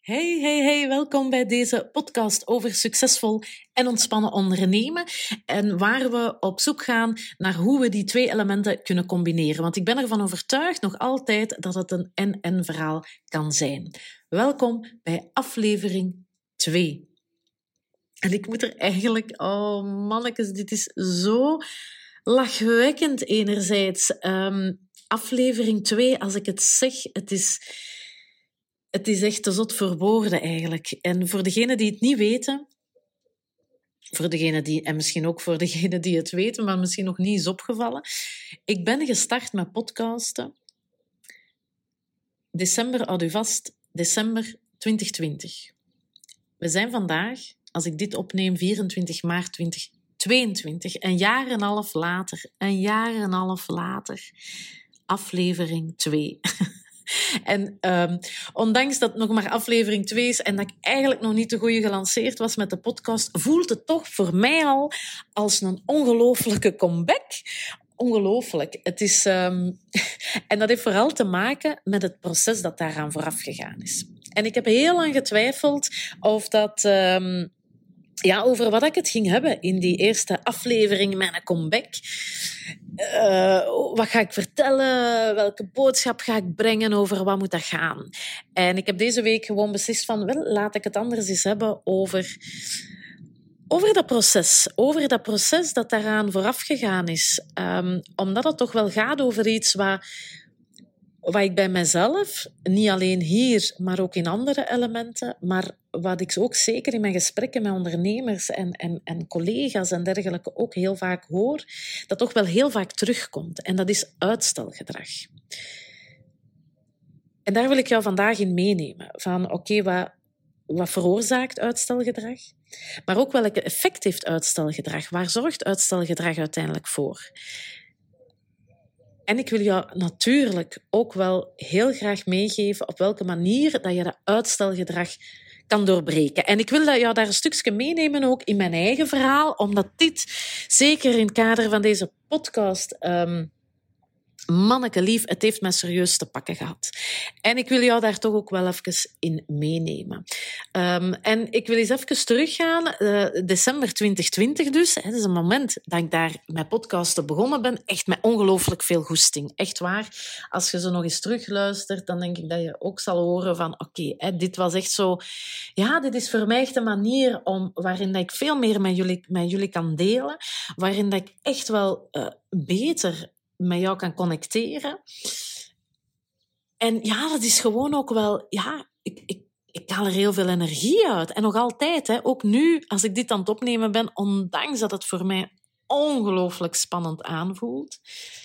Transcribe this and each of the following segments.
Hey, welkom bij deze podcast over succesvol en ontspannen ondernemen en waar we op zoek gaan naar hoe we die twee elementen kunnen combineren. Want ik ben ervan overtuigd nog altijd dat het een en-en verhaal kan zijn. Welkom bij aflevering 2. En ik moet er eigenlijk... Oh mannetjes, dit is zo lachwekkend enerzijds. Aflevering 2, als ik het zeg, het is echt te zot voor woorden eigenlijk. En voor degenen die het niet weten, en misschien ook voor degenen die het weten, maar misschien nog niet is opgevallen. Ik ben gestart met podcasten. Houd u vast, december 2020. We zijn vandaag, als ik dit opneem, 24 maart 2022. Een jaar en een half later. Aflevering 2. En ondanks dat het nog maar aflevering 2 is en dat ik eigenlijk nog niet te goed gelanceerd was met de podcast, voelt het toch voor mij al als een ongelooflijke comeback. Ongelooflijk. Het is, en dat heeft vooral te maken met het proces dat daaraan vooraf gegaan is. En ik heb heel lang getwijfeld of dat... over wat ik het ging hebben in die eerste aflevering met een comeback. Wat ga ik vertellen? Welke boodschap ga ik brengen? Over wat moet dat gaan? En ik heb deze week gewoon beslist van, laat ik het anders eens hebben over dat proces. Over dat proces dat daaraan vooraf gegaan is. Omdat het toch wel gaat over iets wat ik bij mezelf, niet alleen hier, maar ook in andere elementen, maar wat ik ook zeker in mijn gesprekken met ondernemers en collega's en dergelijke ook heel vaak hoor, dat toch wel heel vaak terugkomt. En dat is uitstelgedrag. En daar wil ik jou vandaag in meenemen. Van wat veroorzaakt uitstelgedrag? Maar ook welke effect heeft uitstelgedrag? Waar zorgt uitstelgedrag uiteindelijk voor? En ik wil jou natuurlijk ook wel heel graag meegeven op welke manier dat je dat uitstelgedrag kan doorbreken. En ik wil jou daar een stukje meenemen ook in mijn eigen verhaal, omdat dit, zeker in het kader van deze podcast, manneke lief, het heeft mij serieus te pakken gehad. En ik wil jou daar toch ook wel even in meenemen. En ik wil eens even teruggaan, december 2020 dus. Dat is een moment dat ik daar met podcasten begonnen ben. Echt met ongelooflijk veel goesting. Echt waar. Als je ze nog eens terugluistert, dan denk ik dat je ook zal horen van dit was echt zo... Ja, dit is voor mij echt een manier waarin dat ik veel meer met jullie kan delen. Waarin dat ik echt wel beter met jou kan connecteren. En ja, dat is gewoon ook wel... Ja, ik haal er heel veel energie uit. En nog altijd, hè, ook nu, als ik dit aan het opnemen ben, ondanks dat het voor mij ongelooflijk spannend aanvoelt.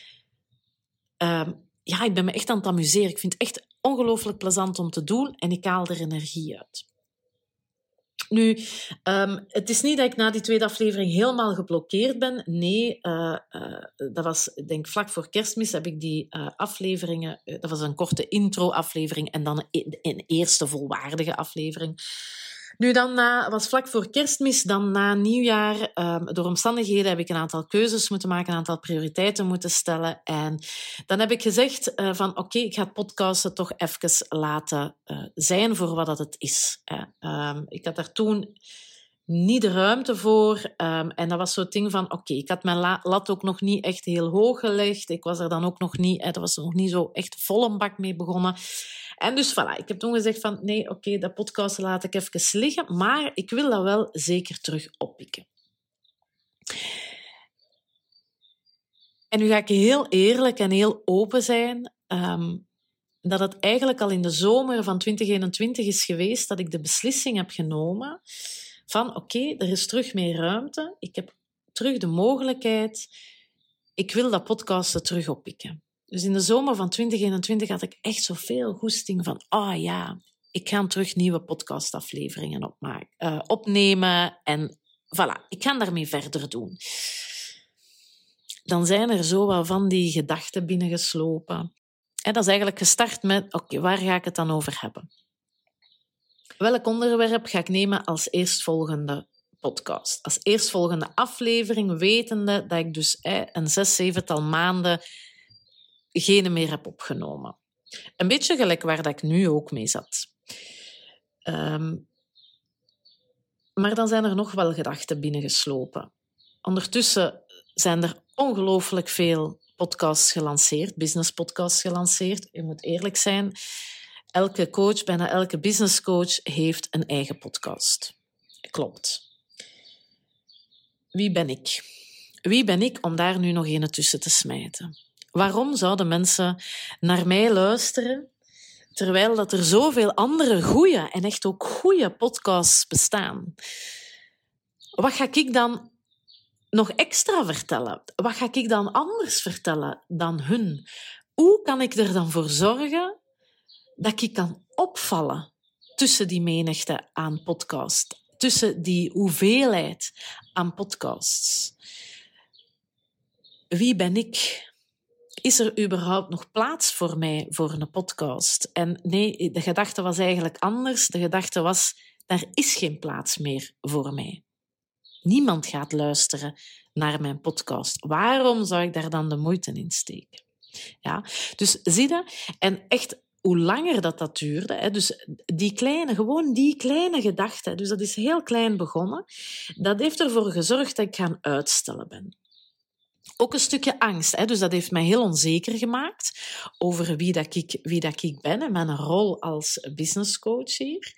Ik ben me echt aan het amuseren. Ik vind het echt ongelooflijk plezant om te doen en ik haal er energie uit. Nu, het is niet dat ik na die tweede aflevering helemaal geblokkeerd ben. Nee, dat was, ik denk, vlak voor Kerstmis heb ik die afleveringen... dat was een korte intro-aflevering en dan een eerste volwaardige aflevering. Nu, dan was vlak voor Kerstmis, dan na nieuwjaar, door omstandigheden heb ik een aantal keuzes moeten maken, een aantal prioriteiten moeten stellen. En dan heb ik gezegd ik ga het podcasten toch even laten zijn voor wat het is. Ik had daar toen niet de ruimte voor. En dat was zo'n ding van, ik had mijn lat ook nog niet echt heel hoog gelegd. Ik was er dan ook nog niet, er was nog niet zo echt vol een bak mee begonnen. En dus voilà, ik heb toen gezegd van, nee, dat podcast laat ik even liggen, maar ik wil dat wel zeker terug oppikken. En nu ga ik heel eerlijk en heel open zijn, dat het eigenlijk al in de zomer van 2021 is geweest dat ik de beslissing heb genomen van er is terug meer ruimte, ik heb terug de mogelijkheid, ik wil dat podcasten terug oppikken. Dus in de zomer van 2021 had ik echt zoveel goesting van, ik ga terug nieuwe podcastafleveringen opnemen en voilà, ik ga daarmee verder doen. Dan zijn er zo wat van die gedachten binnengeslopen. En dat is eigenlijk gestart met, waar ga ik het dan over hebben? Welk onderwerp ga ik nemen als eerstvolgende podcast? Als eerstvolgende aflevering, wetende dat ik dus een 6-7-tal maanden geen meer heb opgenomen. Een beetje gelijk waar dat ik nu ook mee zat. Maar dan zijn er nog wel gedachten binnengeslopen. Ondertussen zijn er ongelooflijk veel podcasts gelanceerd, businesspodcasts gelanceerd. Je moet eerlijk zijn, elke coach, bijna elke businesscoach heeft een eigen podcast. Klopt. Wie ben ik? Wie ben ik om daar nu nog een tussen te smijten? Waarom zouden mensen naar mij luisteren, terwijl dat er zoveel andere goeie en echt ook goeie podcasts bestaan? Wat ga ik dan nog extra vertellen? Wat ga ik dan anders vertellen dan hun? Hoe kan ik er dan voor zorgen dat ik kan opvallen tussen die menigte aan podcasts, tussen die hoeveelheid aan podcasts? Wie ben ik? Is er überhaupt nog plaats voor mij voor een podcast? En nee, de gedachte was eigenlijk anders. De gedachte was, daar is geen plaats meer voor mij. Niemand gaat luisteren naar mijn podcast. Waarom zou ik daar dan de moeite in steken? Ja, dus zie je, en echt hoe langer dat duurde, hè, dus die kleine gedachte, dus dat is heel klein begonnen, dat heeft ervoor gezorgd dat ik gaan uitstellen ben. Ook een stukje angst, hè, dus dat heeft mij heel onzeker gemaakt over wie dat ik ben en mijn rol als businesscoach hier.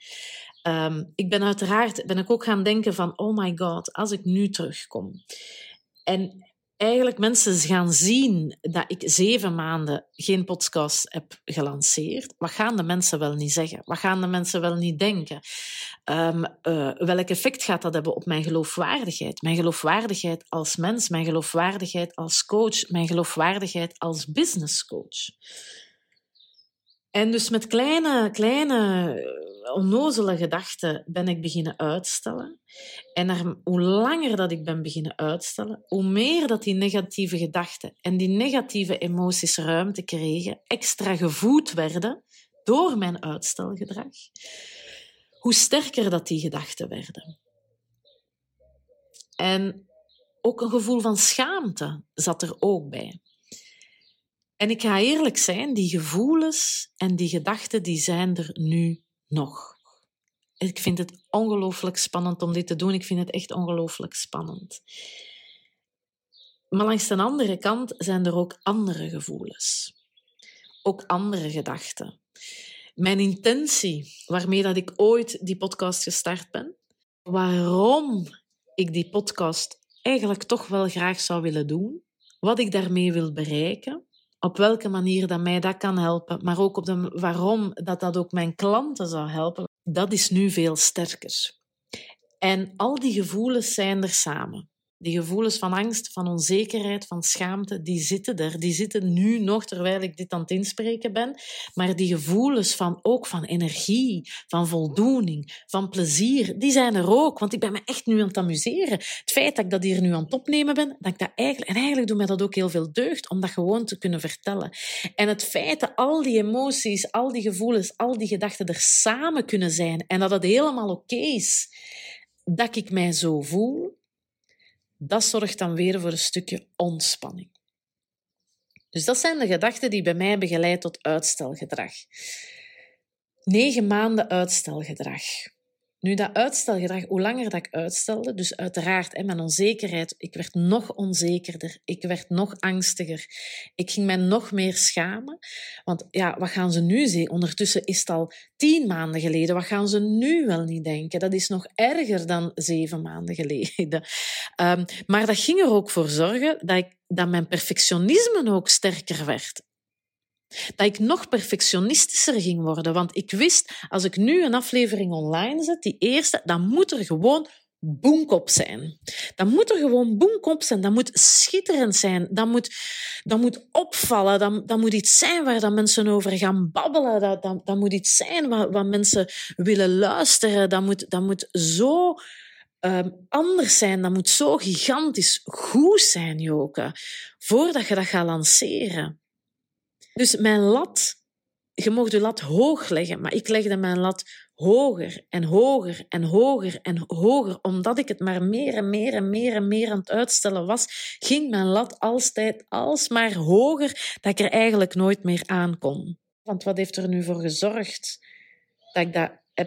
Ben ik ook gaan denken van, oh my god, als ik nu terugkom en eigenlijk mensen gaan zien dat ik 7 maanden geen podcast heb gelanceerd, wat gaan de mensen wel niet zeggen? Wat gaan de mensen wel niet denken? Welk effect gaat dat hebben op mijn geloofwaardigheid? Mijn geloofwaardigheid als mens, mijn geloofwaardigheid als coach, mijn geloofwaardigheid als businesscoach. En dus met kleine onnozele gedachten ben ik beginnen uitstellen. En hoe langer dat ik ben beginnen uitstellen, hoe meer dat die negatieve gedachten en die negatieve emoties ruimte kregen, extra gevoed werden door mijn uitstelgedrag, hoe sterker dat die gedachten werden. En ook een gevoel van schaamte zat er ook bij. En ik ga eerlijk zijn, die gevoelens en die gedachten die zijn er nu nog. Ik vind het ongelooflijk spannend om dit te doen. Ik vind het echt ongelooflijk spannend. Maar langs de andere kant zijn er ook andere gevoelens. Ook andere gedachten. Mijn intentie, waarmee dat ik ooit die podcast gestart ben, waarom ik die podcast eigenlijk toch wel graag zou willen doen, wat ik daarmee wil bereiken, op welke manier dat mij dat kan helpen, maar ook waarom dat ook mijn klanten zou helpen, dat is nu veel sterker. En al die gevoelens zijn er samen. Die gevoelens van angst, van onzekerheid, van schaamte, die zitten er. Die zitten nu nog, terwijl ik dit aan het inspreken ben. Maar die gevoelens ook van energie, van voldoening, van plezier, die zijn er ook. Want ik ben me echt nu aan het amuseren. Het feit dat ik dat hier nu aan het opnemen ben, dat ik dat eigenlijk doet mij dat ook heel veel deugd, om dat gewoon te kunnen vertellen. En het feit dat al die emoties, al die gevoelens, al die gedachten er samen kunnen zijn en dat het helemaal oké is dat ik mij zo voel, dat zorgt dan weer voor een stukje ontspanning. Dus dat zijn de gedachten die bij mij hebben geleid tot uitstelgedrag. 9 maanden uitstelgedrag. Nu, dat uitstelgedrag, hoe langer dat ik uitstelde, dus uiteraard, mijn onzekerheid, ik werd nog onzekerder, ik werd nog angstiger, ik ging mij nog meer schamen. Want ja, wat gaan ze nu zien? Ondertussen is het al 10 maanden geleden. Wat gaan ze nu wel niet denken? Dat is nog erger dan 7 maanden geleden. Maar dat ging er ook voor zorgen dat mijn perfectionisme ook sterker werd. Dat ik nog perfectionistischer ging worden. Want ik wist, als ik nu een aflevering online zet, die eerste, dan moet er gewoon boomkop zijn. Dan moet er gewoon boomkop zijn. Dat moet schitterend zijn. Dat moet opvallen. Dat moet iets zijn waar dat mensen over gaan babbelen. Dat moet iets zijn wat mensen willen luisteren. Dat moet zo anders zijn. Dat moet zo gigantisch goed zijn, Joke, voordat je dat gaat lanceren. Dus mijn lat, je mag je lat hoog leggen, maar ik legde mijn lat hoger en hoger en hoger en hoger. Omdat ik het maar meer en meer en meer en meer aan het uitstellen was, ging mijn lat altijd alsmaar hoger, dat ik er eigenlijk nooit meer aan kon. Want wat heeft er nu voor gezorgd dat ik dat heb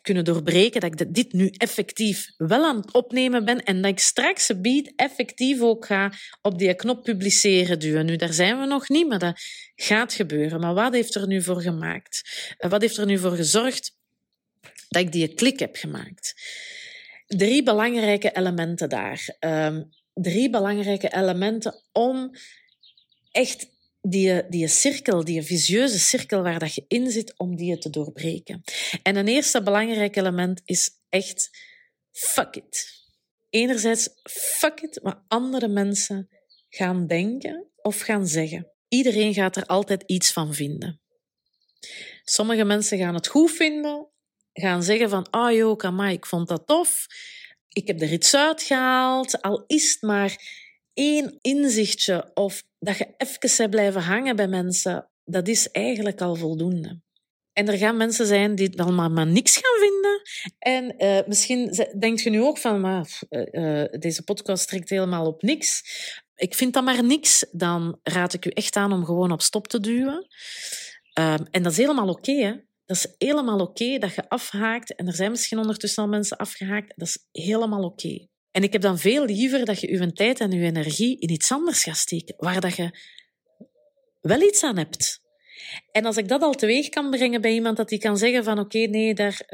kunnen doorbreken, dat ik dit nu effectief wel aan het opnemen ben en dat ik straks effectief ook ga op die knop publiceren duwen. Nu, daar zijn we nog niet, maar dat gaat gebeuren. Maar wat heeft er nu voor gemaakt? Wat heeft er nu voor gezorgd dat ik die klik heb gemaakt? 3 belangrijke elementen daar. 3 belangrijke elementen om echt die cirkel, die vicieuze cirkel waar dat je in zit, om die te doorbreken. En een eerste belangrijk element is echt fuck it. Enerzijds fuck it wat andere mensen gaan denken of gaan zeggen. Iedereen gaat er altijd iets van vinden. Sommige mensen gaan het goed vinden, gaan zeggen van joh, amai, ik vond dat tof, ik heb er iets uitgehaald, al is het maar 1 inzichtje of dat je even bent blijven hangen bij mensen, dat is eigenlijk al voldoende. En er gaan mensen zijn die dan maar niks gaan vinden. En misschien denkt je nu ook van, deze podcast trekt helemaal op niks. Ik vind dat maar niks. Dan raad ik u echt aan om gewoon op stop te duwen. En dat is helemaal oké, hè. Dat is helemaal oké dat je afhaakt. En er zijn misschien ondertussen al mensen afgehaakt. Dat is helemaal oké. En ik heb dan veel liever dat je je tijd en je energie in iets anders gaat steken, waar dat je wel iets aan hebt. En als ik dat al teweeg kan brengen bij iemand, dat die kan zeggen van oké, nee,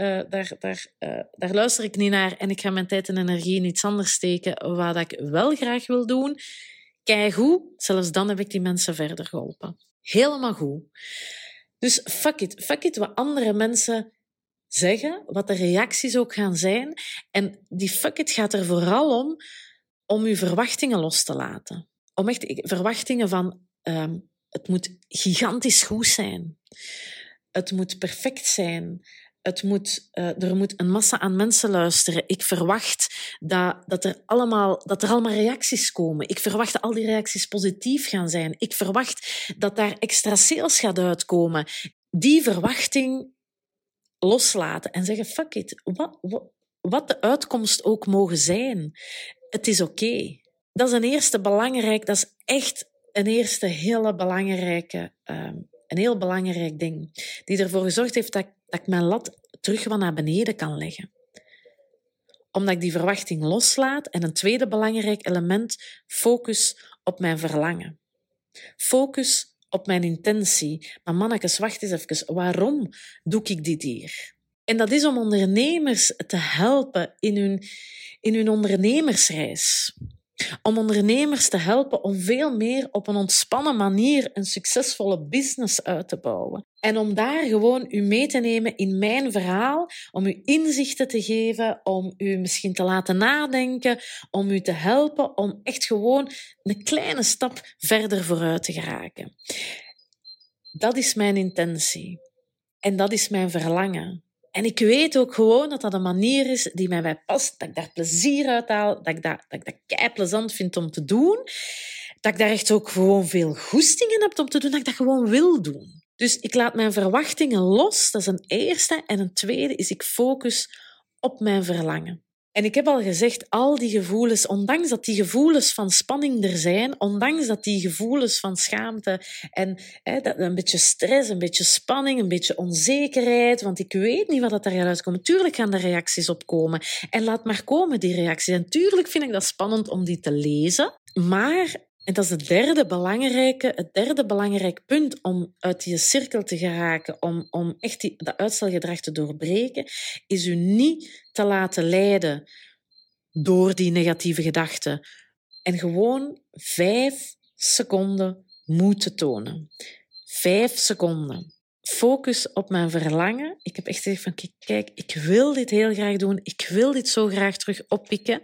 daar luister ik niet naar en ik ga mijn tijd en energie in iets anders steken, wat ik wel graag wil doen, keigoed, zelfs dan heb ik die mensen verder geholpen. Helemaal goed. Dus fuck it. Fuck it wat andere mensen zeggen, wat de reacties ook gaan zijn. En die fuck it gaat er vooral om je verwachtingen los te laten. Om echt verwachtingen van het moet gigantisch goed zijn. Het moet perfect zijn. Er moet een massa aan mensen luisteren. Ik verwacht dat er allemaal reacties komen. Ik verwacht dat al die reacties positief gaan zijn. Ik verwacht dat daar extra sales gaat uitkomen. Die verwachting loslaten en zeggen, fuck it, wat de uitkomst ook mogen zijn. Het is oké. Dat is dat is echt een eerste een heel belangrijk ding, die ervoor gezorgd heeft dat ik mijn lat terug wat naar beneden kan leggen. Omdat ik die verwachting loslaat. En een tweede belangrijk element, focus op mijn verlangen. Focus op mijn intentie. Maar mannetjes, wacht eens even. Waarom doe ik dit hier? En dat is om ondernemers te helpen in hun ondernemersreis. Om ondernemers te helpen om veel meer op een ontspannen manier een succesvolle business uit te bouwen. En om daar gewoon u mee te nemen in mijn verhaal, om u inzichten te geven, om u misschien te laten nadenken, om u te helpen om echt gewoon een kleine stap verder vooruit te geraken. Dat is mijn intentie. En dat is mijn verlangen. En ik weet ook gewoon dat dat een manier is die mij bij past, dat ik daar plezier uit haal, dat ik dat keiplezant vind om te doen, dat ik daar echt ook gewoon veel goestingen heb om te doen, dat ik dat gewoon wil doen. Dus ik laat mijn verwachtingen los, dat is een eerste. En een tweede is, ik focus op mijn verlangen. En ik heb al gezegd, al die gevoelens, ondanks dat die gevoelens van spanning er zijn, ondanks dat die gevoelens van schaamte en een beetje stress, een beetje spanning, een beetje onzekerheid, want ik weet niet wat er gaat uitkomen. Tuurlijk gaan er reacties opkomen. En laat maar komen, die reacties. En tuurlijk vind ik dat spannend om die te lezen, maar... En dat is het derde belangrijk punt om uit die cirkel te geraken, om echt dat uitstelgedrag te doorbreken, is u niet te laten leiden door die negatieve gedachten. En gewoon 5 seconden moed te tonen. 5 seconden. Focus op mijn verlangen. Ik heb echt gezegd van, kijk, ik wil dit heel graag doen. Ik wil dit zo graag terug oppikken.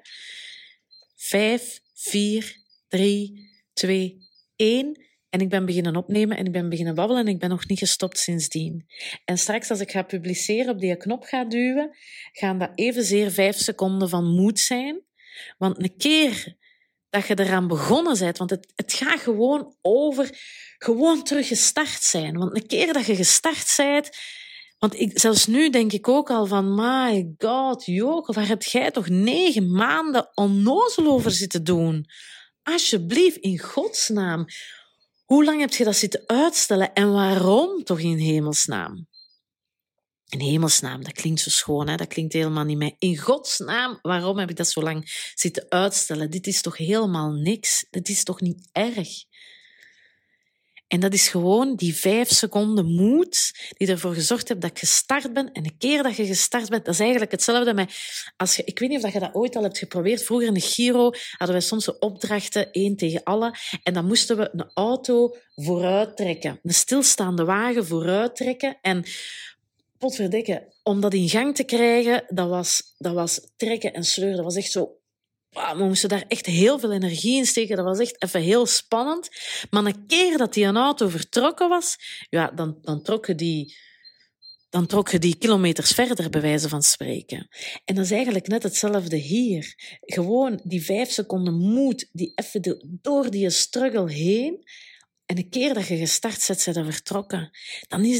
5, 4, 3, 2, 1. En ik ben beginnen opnemen en ik ben beginnen babbelen en ik ben nog niet gestopt sindsdien. En straks als ik ga publiceren, op die knop ga duwen, gaan dat evenzeer 5 seconden van moed zijn. Want een keer dat je eraan begonnen bent, want het gaat gewoon over gewoon terug gestart zijn. Want een keer dat je gestart bent... Want zelfs nu denk ik ook al van, my god, Joke, waar heb jij toch 9 maanden onnozel over zitten doen? Alsjeblieft, in godsnaam. Hoe lang heb je dat zitten uitstellen en waarom toch in hemelsnaam? In hemelsnaam, dat klinkt zo schoon, hè? Dat klinkt helemaal niet meer. In godsnaam, waarom heb ik dat zo lang zitten uitstellen? Dit is toch helemaal niks? Dit is toch niet erg? En dat is gewoon die 5 seconden moed die ervoor gezorgd heeft dat ik gestart ben. En een keer dat je gestart bent, dat is eigenlijk hetzelfde met... Ik weet niet of je dat ooit al hebt geprobeerd. Vroeger in de Giro hadden wij soms opdrachten, 1 tegen alle. En dan moesten we een auto vooruit trekken. Een stilstaande wagen vooruit trekken. En potverdikke, om dat in gang te krijgen, dat was trekken en sleuren. Dat was echt zo... We moesten daar echt heel veel energie in steken. Dat was echt even heel spannend. Maar een keer dat een auto vertrokken was, ja, dan trok je die kilometers verder, bij wijze van spreken. En dat is eigenlijk net hetzelfde hier. Gewoon die 5 seconden moed, die even door die struggle heen. En een keer dat je gestart zet, zijn er vertrokken. Dan is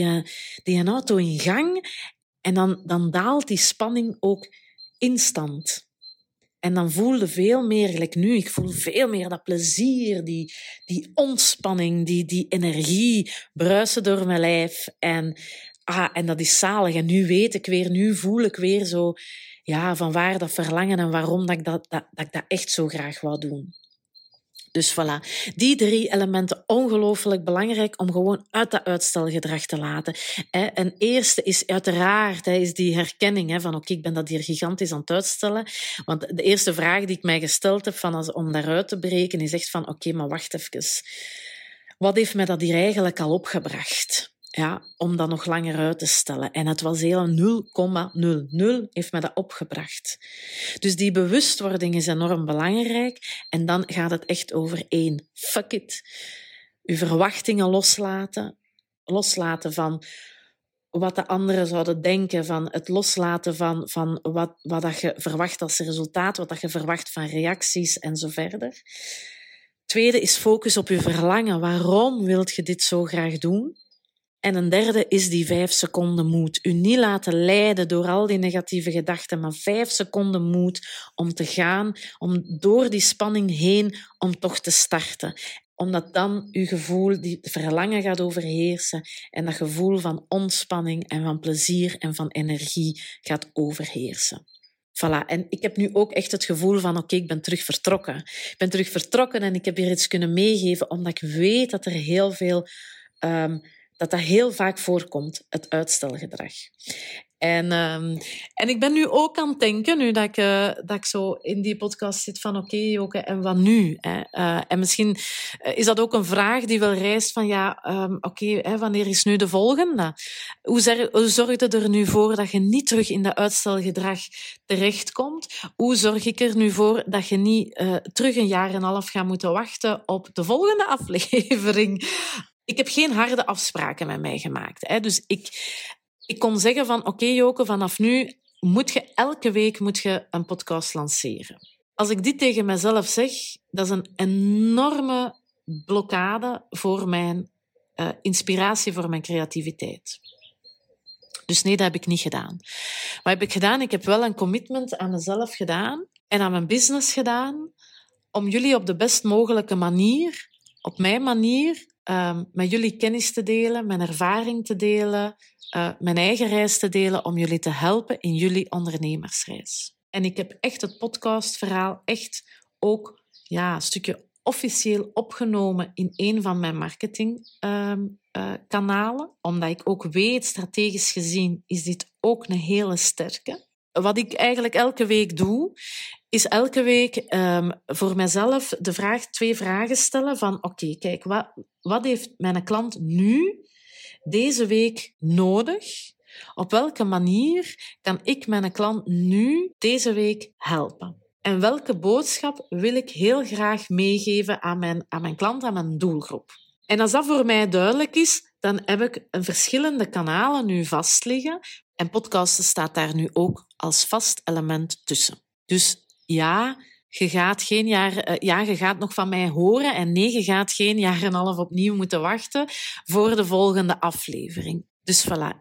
die auto in gang en dan daalt die spanning ook instant. En dan voelde veel meer, gelijk nu, ik voel veel meer dat plezier, die ontspanning, die energie bruisen door mijn lijf. En dat is zalig. En nu weet ik weer, nu voel ik weer zo, ja, van waar dat verlangen en waarom dat ik dat echt zo graag wou doen. Dus voilà, die 3 elementen, ongelooflijk belangrijk om gewoon uit dat uitstelgedrag te laten. En eerste is uiteraard is die herkenning van oké, ik ben dat hier gigantisch aan het uitstellen. Want de eerste vraag die ik mij gesteld heb om daaruit te breken is echt van oké, maar wacht even. Wat heeft mij dat hier eigenlijk al opgebracht? Ja, om dat nog langer uit te stellen. En het was heel 0,00 heeft mij dat opgebracht. Dus die bewustwording is enorm belangrijk. En dan gaat het echt over 1. Fuck it. Uw verwachtingen loslaten. Loslaten van wat de anderen zouden denken. Van het loslaten van wat dat je verwacht als resultaat. Wat dat je verwacht van reacties en zo verder. Tweede is focus op je verlangen. Waarom wilt je dit zo graag doen? En een derde is die 5 seconden moed. U niet laten leiden door al die negatieve gedachten, maar 5 seconden moed om te gaan, om door die spanning heen, om toch te starten. Omdat dan uw gevoel, die verlangen gaat overheersen en dat gevoel van ontspanning en van plezier en van energie gaat overheersen. Voilà. En ik heb nu ook echt het gevoel van oké, ik ben terug vertrokken. Ik ben terug vertrokken en ik heb hier iets kunnen meegeven, omdat ik weet dat er heel veel... dat heel vaak voorkomt, het uitstelgedrag. En ik ben nu ook aan het denken, nu dat ik zo in die podcast zit, van oké, Joke, en wat nu? Hè? En misschien is dat ook een vraag die wel rijst van oké, wanneer is nu de volgende? Hoe zorg je er nu voor dat je niet terug in dat uitstelgedrag terechtkomt? Hoe zorg ik er nu voor dat je niet terug 1,5 jaar gaat moeten wachten op de volgende aflevering? Ik heb geen harde afspraken met mij gemaakt. Hè. Dus ik kon zeggen van oké, Joke, vanaf nu moet je elke week een podcast lanceren. Als ik dit tegen mezelf zeg, dat is een enorme blokkade voor mijn inspiratie, voor mijn creativiteit. Dus nee, dat heb ik niet gedaan. Wat heb ik gedaan? Ik heb wel een commitment aan mezelf gedaan en aan mijn business gedaan om jullie op de best mogelijke manier, op mijn manier, met jullie kennis te delen, mijn ervaring te delen, mijn eigen reis te delen, om jullie te helpen in jullie ondernemersreis. En ik heb echt het podcastverhaal echt ook een stukje officieel opgenomen in een van mijn marketingkanalen, omdat ik ook weet, strategisch gezien, is dit ook een hele sterke. Wat ik eigenlijk elke week doe, is elke week voor mezelf 2 vragen stellen van oké, kijk, wat heeft mijn klant nu deze week nodig? Op welke manier kan ik mijn klant nu deze week helpen? En welke boodschap wil ik heel graag meegeven aan mijn klant, aan mijn doelgroep? En als dat voor mij duidelijk is, dan heb ik verschillende kanalen nu vast liggen. En podcasten staat daar nu ook als vast element tussen. Dus ja, je gaat nog van mij horen en nee, je gaat geen 1,5 jaar opnieuw moeten wachten voor de volgende aflevering. Dus voilà,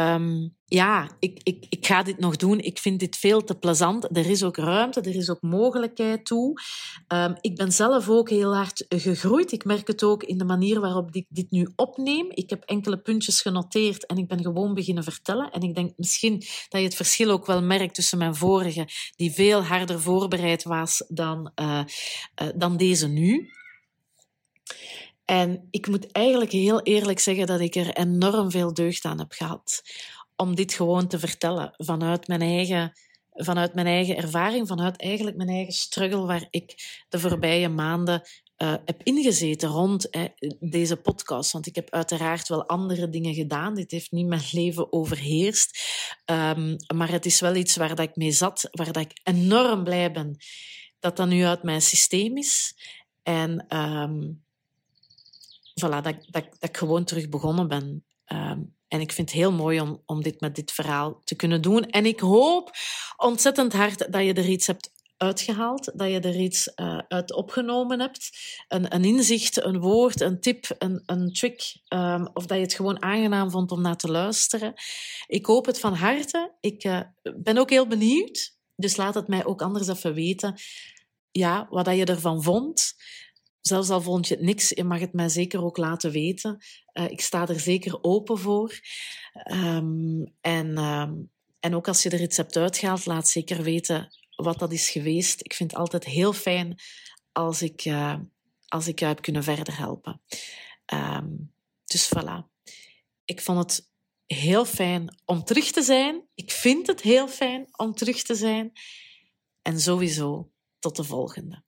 ik ga dit nog doen. Ik vind dit veel te plezant. Er is ook ruimte, er is ook mogelijkheid toe. Ik ben zelf ook heel hard gegroeid. Ik merk het ook in de manier waarop ik dit nu opneem. Ik heb enkele puntjes genoteerd en ik ben gewoon beginnen vertellen. En ik denk misschien dat je het verschil ook wel merkt tussen mijn vorige, die veel harder voorbereid was dan deze nu. En ik moet eigenlijk heel eerlijk zeggen dat ik er enorm veel deugd aan heb gehad. Om dit gewoon te vertellen vanuit mijn eigen ervaring, vanuit eigenlijk mijn eigen struggle waar ik de voorbije maanden heb ingezeten rond deze podcast. Want ik heb uiteraard wel andere dingen gedaan. Dit heeft niet mijn leven overheerst. Maar het is wel iets waar dat ik mee zat, waar dat ik enorm blij ben dat nu uit mijn systeem is. En voilà, dat ik gewoon terug begonnen ben. En ik vind het heel mooi om dit met dit verhaal te kunnen doen. En ik hoop ontzettend hard dat je er iets hebt uitgehaald, dat je er iets uit opgenomen hebt. Een inzicht, een woord, een tip, een trick. Of dat je het gewoon aangenaam vond om naar te luisteren. Ik hoop het van harte. Ik ben ook heel benieuwd. Dus laat het mij ook anders even weten. Ja, wat dat je ervan vond. Zelfs al vond je het niks, je mag het mij zeker ook laten weten. Ik sta er zeker open voor. En ook als je er iets hebt uitgehaald, laat zeker weten wat dat is geweest. Ik vind het altijd heel fijn als ik jou heb kunnen verder helpen. Dus voilà. Ik vond het heel fijn om terug te zijn. Ik vind het heel fijn om terug te zijn. En sowieso tot de volgende.